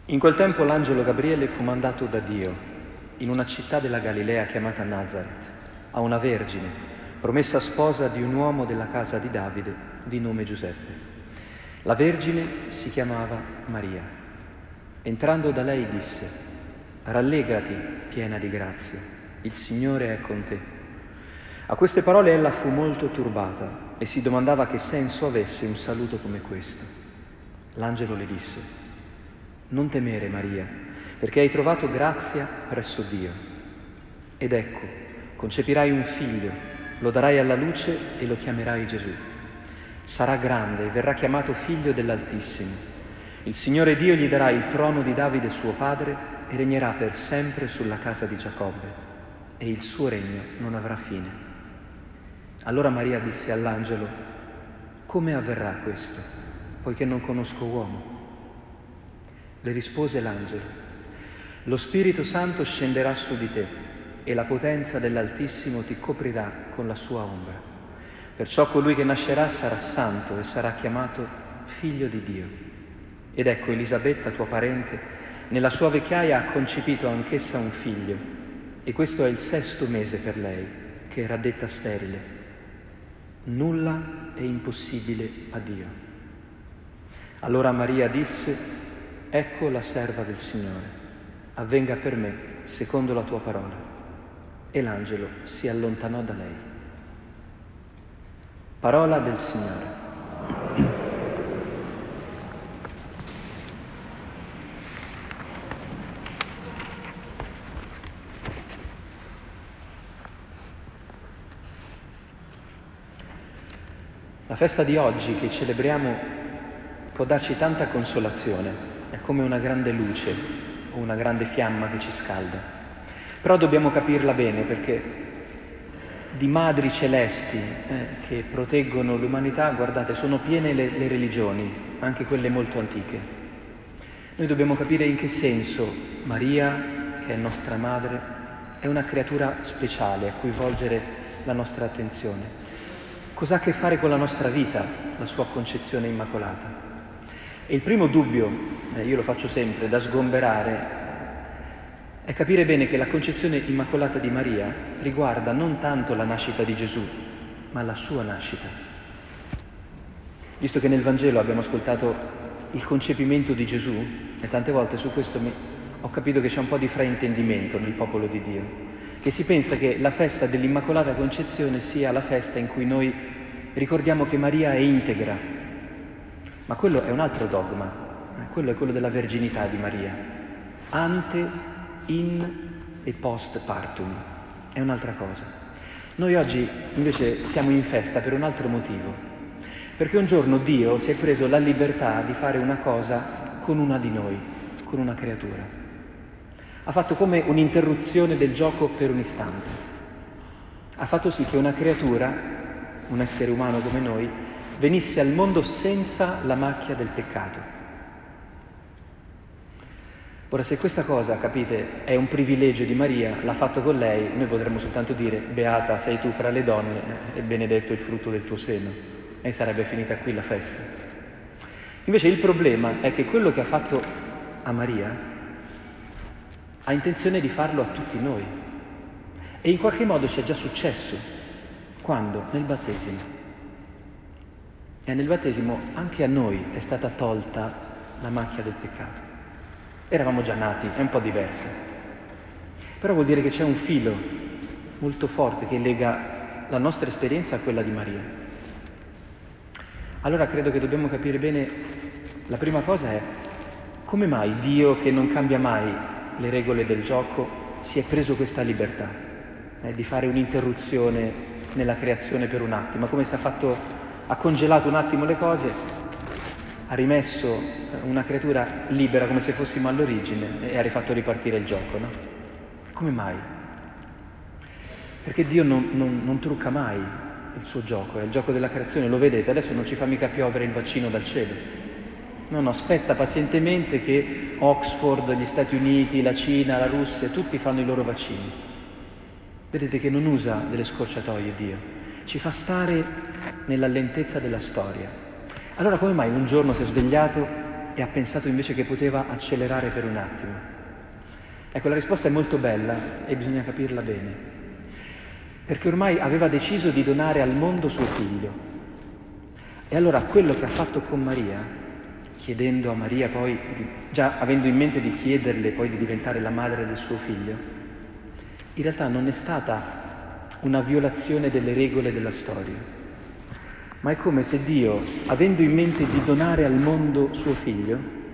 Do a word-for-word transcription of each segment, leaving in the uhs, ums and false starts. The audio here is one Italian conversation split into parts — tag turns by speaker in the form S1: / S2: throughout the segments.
S1: In quel tempo l'angelo Gabriele fu mandato da Dio in una città della Galilea chiamata Nazaret, a una vergine, promessa sposa di un uomo della casa di Davide di nome Giuseppe. La vergine si chiamava Maria. Entrando da lei disse: «Rallegrati, piena di grazia, il Signore è con te». A queste parole ella fu molto turbata e si domandava che senso avesse un saluto come questo. L'angelo le disse: «Non temere, Maria, perché hai trovato grazia presso Dio. Ed ecco, concepirai un figlio, lo darai alla luce e lo chiamerai Gesù. Sarà grande e verrà chiamato figlio dell'Altissimo. Il Signore Dio gli darà il trono di Davide suo padre e regnerà per sempre sulla casa di Giacobbe, e il suo regno non avrà fine». Allora Maria disse all'angelo: «Come avverrà questo, poiché non conosco uomo?» Le rispose l'angelo: «Lo Spirito Santo scenderà su di te e la potenza dell'Altissimo ti coprirà con la sua ombra. Perciò colui che nascerà sarà santo e sarà chiamato figlio di Dio. Ed ecco, Elisabetta, tua parente, nella sua vecchiaia ha concepito anch'essa un figlio, e questo è il sesto mese per lei, che era detta sterile. Nulla è impossibile a Dio». Allora Maria disse: «Ecco la serva del Signore, avvenga per me secondo la tua parola». E l'angelo si allontanò da lei. Parola del Signore. La festa di oggi che celebriamo può darci tanta consolazione. È come una grande luce o una grande fiamma che ci scalda. Però dobbiamo capirla bene, perché di madri celesti eh, che proteggono l'umanità, guardate, sono piene le, le religioni, anche quelle molto antiche. Noi dobbiamo capire in che senso Maria, che è nostra madre, è una creatura speciale a cui volgere la nostra attenzione. Cosa ha a che fare con la nostra vita, la sua concezione immacolata? E il primo dubbio, eh, io lo faccio sempre, da sgomberare, è capire bene che la concezione immacolata di Maria riguarda non tanto la nascita di Gesù, ma la sua nascita. Visto che nel Vangelo abbiamo ascoltato il concepimento di Gesù, e tante volte su questo mi, ho capito che c'è un po' di fraintendimento nel popolo di Dio, che si pensa che la festa dell'Immacolata Concezione sia la festa in cui noi ricordiamo che Maria è integra. Ma quello è un altro dogma, eh? Quello è quello della verginità di Maria. Ante, in e post partum, è un'altra cosa. Noi oggi invece siamo in festa per un altro motivo, perché un giorno Dio si è preso la libertà di fare una cosa con una di noi, con una creatura. Ha fatto come un'interruzione del gioco per un istante. Ha fatto sì che una creatura, un essere umano come noi, venisse al mondo senza la macchia del peccato. Ora, se questa cosa, capite, è un privilegio di Maria, l'ha fatto con lei, noi potremmo soltanto dire: beata sei tu fra le donne e benedetto il frutto del tuo seno, e sarebbe finita qui la festa. Invece il problema è che quello che ha fatto a Maria ha intenzione di farlo a tutti noi, e in qualche modo ci è già successo. Quando? Nel battesimo. E nel battesimo anche a noi è stata tolta la macchia del peccato. Eravamo già nati, è un po' diverso. Però vuol dire che c'è un filo molto forte che lega la nostra esperienza a quella di Maria. Allora credo che dobbiamo capire bene, la prima cosa è: come mai Dio, che non cambia mai le regole del gioco, si è preso questa libertà eh, di fare un'interruzione nella creazione per un attimo, come se ha fatto... ha congelato un attimo le cose, ha rimesso una creatura libera come se fossimo all'origine e ha rifatto ripartire il gioco, no? Come mai? Perché Dio non, non, non trucca mai il suo gioco, è il gioco della creazione, lo vedete, adesso non ci fa mica piovere il vaccino dal cielo. No, no, aspetta pazientemente che Oxford, gli Stati Uniti, la Cina, la Russia, tutti fanno i loro vaccini. Vedete che non usa delle scorciatoie Dio. Ci fa stare nella lentezza della storia. Allora come mai un giorno si è svegliato e ha pensato invece che poteva accelerare per un attimo? Ecco, la risposta è molto bella e bisogna capirla bene, perché ormai aveva deciso di donare al mondo suo figlio. E allora quello che ha fatto con Maria, chiedendo a Maria poi, di, già avendo in mente di chiederle poi di diventare la madre del suo figlio, in realtà non è stata una violazione delle regole della storia, ma è come se Dio, avendo in mente di donare al mondo suo figlio,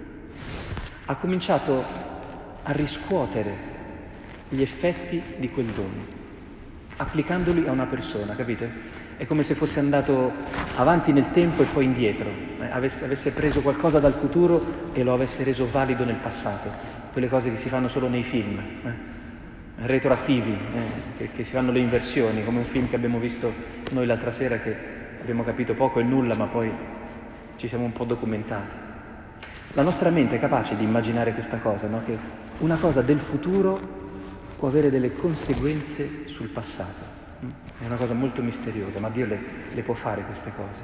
S1: ha cominciato a riscuotere gli effetti di quel dono, applicandoli a una persona, capite? È come se fosse andato avanti nel tempo e poi indietro, eh, avesse, avesse preso qualcosa dal futuro e lo avesse reso valido nel passato, quelle cose che si fanno solo nei film, eh, retroattivi, eh, che, che si fanno le inversioni, come un film che abbiamo visto noi l'altra sera che abbiamo capito poco e nulla, ma poi ci siamo un po' documentati. La nostra mente è capace di immaginare questa cosa, no? Che una cosa del futuro può avere delle conseguenze sul passato. È una cosa molto misteriosa, ma Dio le, le può fare queste cose.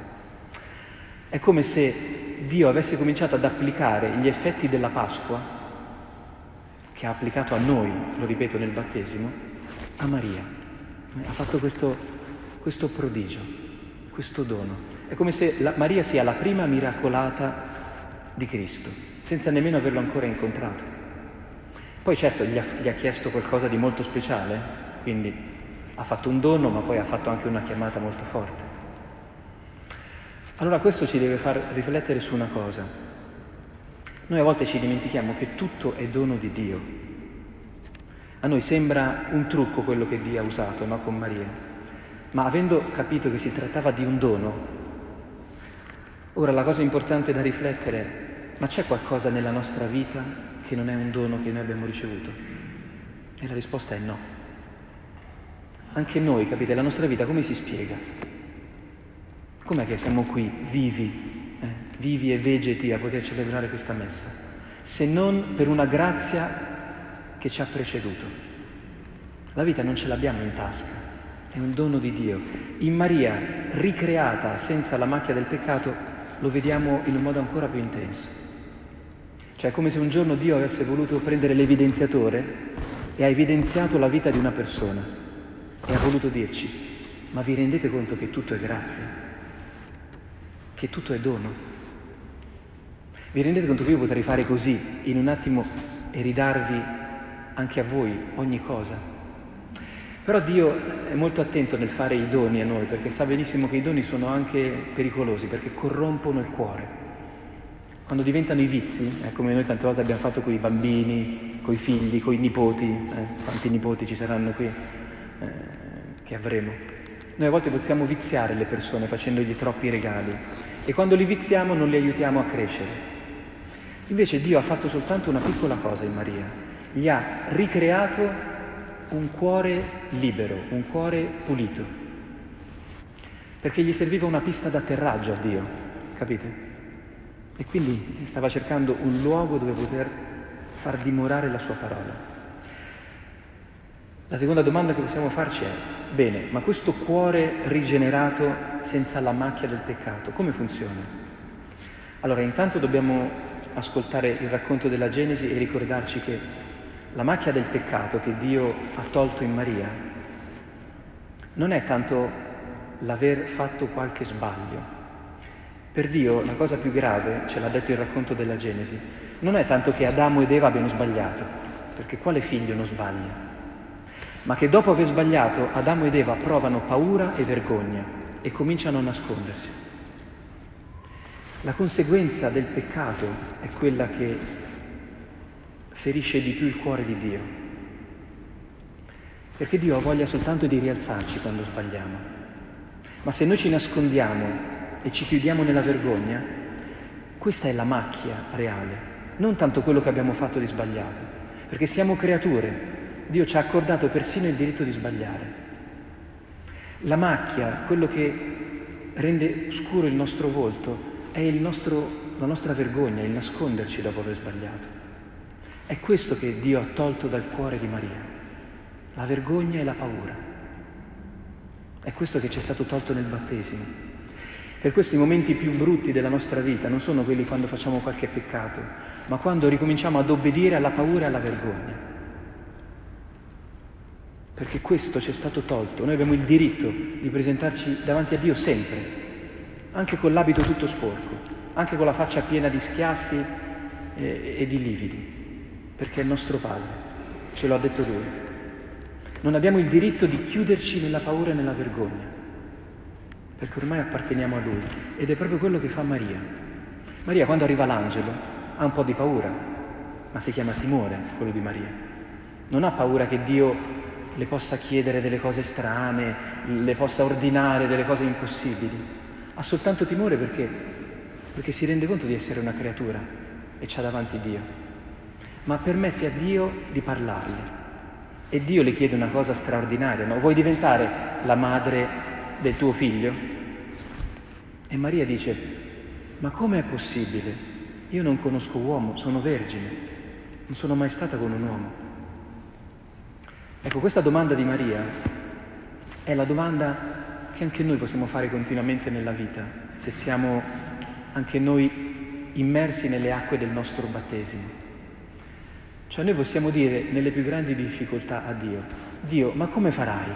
S1: È come se Dio avesse cominciato ad applicare gli effetti della Pasqua, che ha applicato a noi, lo ripeto, nel battesimo, a Maria. Ha fatto questo, questo prodigio, questo dono. È come se la, Maria sia la prima miracolata di Cristo, senza nemmeno averlo ancora incontrato. Poi certo gli ha, gli ha chiesto qualcosa di molto speciale, quindi ha fatto un dono, ma poi ha fatto anche una chiamata molto forte. Allora questo ci deve far riflettere su una cosa. Noi a volte ci dimentichiamo che tutto è dono di Dio. A noi sembra un trucco quello che Dio ha usato, no, con Maria. Ma avendo capito che si trattava di un dono, ora la cosa importante da riflettere è: ma c'è qualcosa nella nostra vita che non è un dono che noi abbiamo ricevuto? E la risposta è no. Anche noi, capite, la nostra vita come si spiega? Com'è che siamo qui, vivi, eh, vivi e vegeti a poter celebrare questa messa? Se non per una grazia che ci ha preceduto. La vita non ce l'abbiamo in tasca. È un dono di Dio. In Maria, ricreata senza la macchia del peccato, lo vediamo in un modo ancora più intenso. Cioè è come se un giorno Dio avesse voluto prendere l'evidenziatore e ha evidenziato la vita di una persona e ha voluto dirci: ma vi rendete conto che tutto è grazia? Che tutto è dono? Vi rendete conto che io potrei fare così in un attimo e ridarvi anche a voi ogni cosa? Però Dio è molto attento nel fare i doni a noi, perché sa benissimo che i doni sono anche pericolosi, perché corrompono il cuore. Quando diventano i vizi, eh, come noi tante volte abbiamo fatto con i bambini, con i figli, con i nipoti, eh, quanti nipoti ci saranno qui, eh, che avremo. Noi a volte possiamo viziare le persone facendogli troppi regali e quando li viziamo non li aiutiamo a crescere. Invece Dio ha fatto soltanto una piccola cosa in Maria, gli ha ricreato un cuore libero, un cuore pulito, perché gli serviva una pista d'atterraggio a Dio, capite? E quindi stava cercando un luogo dove poter far dimorare la sua parola. La seconda domanda che possiamo farci è: bene, ma questo cuore rigenerato senza la macchia del peccato, come funziona? Allora, intanto dobbiamo ascoltare il racconto della Genesi e ricordarci che la macchia del peccato che Dio ha tolto in Maria non è tanto l'aver fatto qualche sbaglio. Per Dio la cosa più grave, ce l'ha detto il racconto della Genesi, non è tanto che Adamo ed Eva abbiano sbagliato, perché quale figlio non sbaglia, ma che dopo aver sbagliato Adamo ed Eva provano paura e vergogna e cominciano a nascondersi. La conseguenza del peccato è quella che ferisce di più il cuore di Dio, perché Dio ha voglia soltanto di rialzarci quando sbagliamo, ma se noi ci nascondiamo e ci chiudiamo nella vergogna, questa è la macchia reale, non tanto quello che abbiamo fatto di sbagliato, perché siamo creature, Dio ci ha accordato persino il diritto di sbagliare. La macchia, quello che rende scuro il nostro volto, è il nostro, la nostra vergogna, il nasconderci dopo aver sbagliato. È questo che Dio ha tolto dal cuore di Maria, la vergogna e la paura. È questo che ci è stato tolto nel battesimo. Per questo i momenti più brutti della nostra vita non sono quelli quando facciamo qualche peccato, ma quando ricominciamo ad obbedire alla paura e alla vergogna. Perché questo ci è stato tolto. Noi abbiamo il diritto di presentarci davanti a Dio sempre, anche con l'abito tutto sporco, anche con la faccia piena di schiaffi e, e di lividi, perché è il nostro Padre, ce lo ha detto Lui. Non abbiamo il diritto di chiuderci nella paura e nella vergogna, perché ormai apparteniamo a Lui, ed è proprio quello che fa Maria. Maria, quando arriva l'angelo, ha un po' di paura, ma si chiama timore quello di Maria. Non ha paura che Dio le possa chiedere delle cose strane, le possa ordinare delle cose impossibili. Ha soltanto timore perché? Perché si rende conto di essere una creatura e c'ha davanti Dio. Ma permette a Dio di parlarle. E Dio le chiede una cosa straordinaria, no? Vuoi diventare la madre del tuo figlio? E Maria dice, ma com'è possibile? Io non conosco uomo, sono vergine, non sono mai stata con un uomo. Ecco, questa domanda di Maria è la domanda che anche noi possiamo fare continuamente nella vita, se siamo anche noi immersi nelle acque del nostro battesimo. Cioè noi possiamo dire nelle più grandi difficoltà a Dio, Dio, ma come farai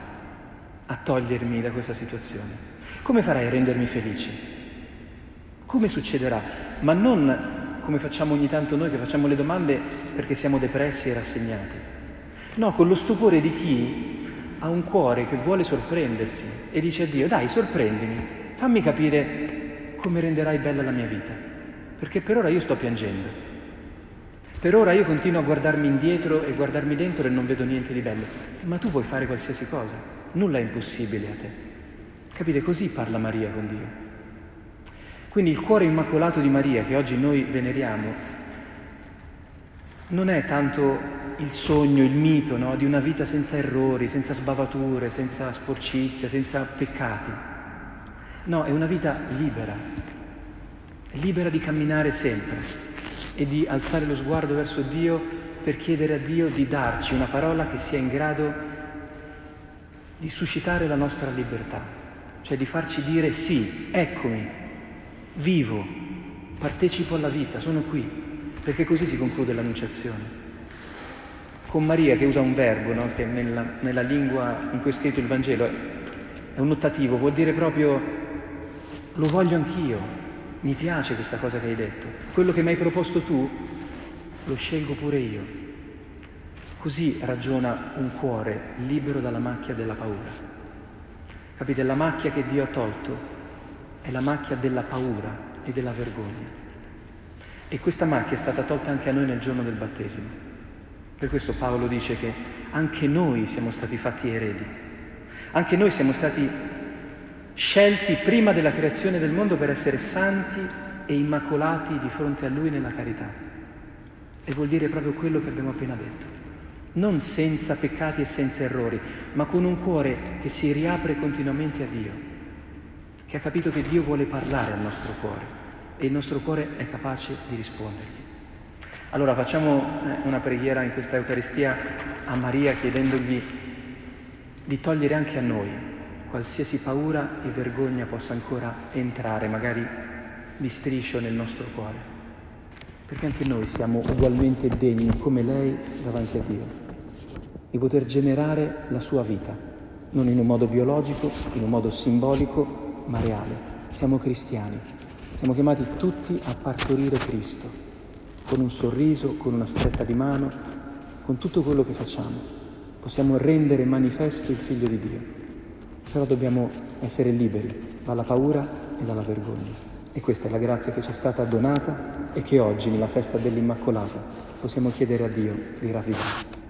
S1: a togliermi da questa situazione? Come farai a rendermi felice? Come succederà? Ma non come facciamo ogni tanto noi che facciamo le domande perché siamo depressi e rassegnati. No, con lo stupore di chi ha un cuore che vuole sorprendersi e dice a Dio, dai, sorprendimi, fammi capire come renderai bella la mia vita, perché per ora io sto piangendo. Per ora io continuo a guardarmi indietro e guardarmi dentro e non vedo niente di bello, ma tu puoi fare qualsiasi cosa, nulla è impossibile a te. Capite? Così parla Maria con Dio. Quindi il cuore immacolato di Maria che oggi noi veneriamo non è tanto il sogno, il mito, no? Di una vita senza errori, senza sbavature, senza sporcizia, senza peccati. No, è una vita libera, libera di camminare sempre e di alzare lo sguardo verso Dio per chiedere a Dio di darci una parola che sia in grado di suscitare la nostra libertà, cioè di farci dire sì, eccomi, vivo, partecipo alla vita, sono qui, perché così si conclude l'Annunciazione. Con Maria che usa un verbo, no? Che nella, nella lingua in cui è scritto il Vangelo è, è un nottativo, vuol dire proprio lo voglio anch'io, mi piace questa cosa che hai detto, quello che mi hai proposto tu lo scelgo pure io. Così ragiona un cuore libero dalla macchia della paura. Capite? La macchia che Dio ha tolto è la macchia della paura e della vergogna. E questa macchia è stata tolta anche a noi nel giorno del battesimo. Per questo Paolo dice che anche noi siamo stati fatti eredi, anche noi siamo stati scelti prima della creazione del mondo per essere santi e immacolati di fronte a Lui nella carità. E vuol dire proprio quello che abbiamo appena detto. Non senza peccati e senza errori, ma con un cuore che si riapre continuamente a Dio, che ha capito che Dio vuole parlare al nostro cuore e il nostro cuore è capace di rispondergli. Allora facciamo una preghiera in questa Eucaristia a Maria chiedendogli di togliere anche a noi qualsiasi paura e vergogna possa ancora entrare, magari di striscio nel nostro cuore, perché anche noi siamo ugualmente degni come lei davanti a Dio, di poter generare la sua vita, non in un modo biologico, in un modo simbolico, ma reale. Siamo cristiani, siamo chiamati tutti a partorire Cristo, con un sorriso, con una stretta di mano, con tutto quello che facciamo. Possiamo rendere manifesto il Figlio di Dio, però dobbiamo essere liberi dalla paura e dalla vergogna. E questa è la grazia che ci è stata donata e che oggi, nella festa dell'Immacolata, possiamo chiedere a Dio di ravvivare.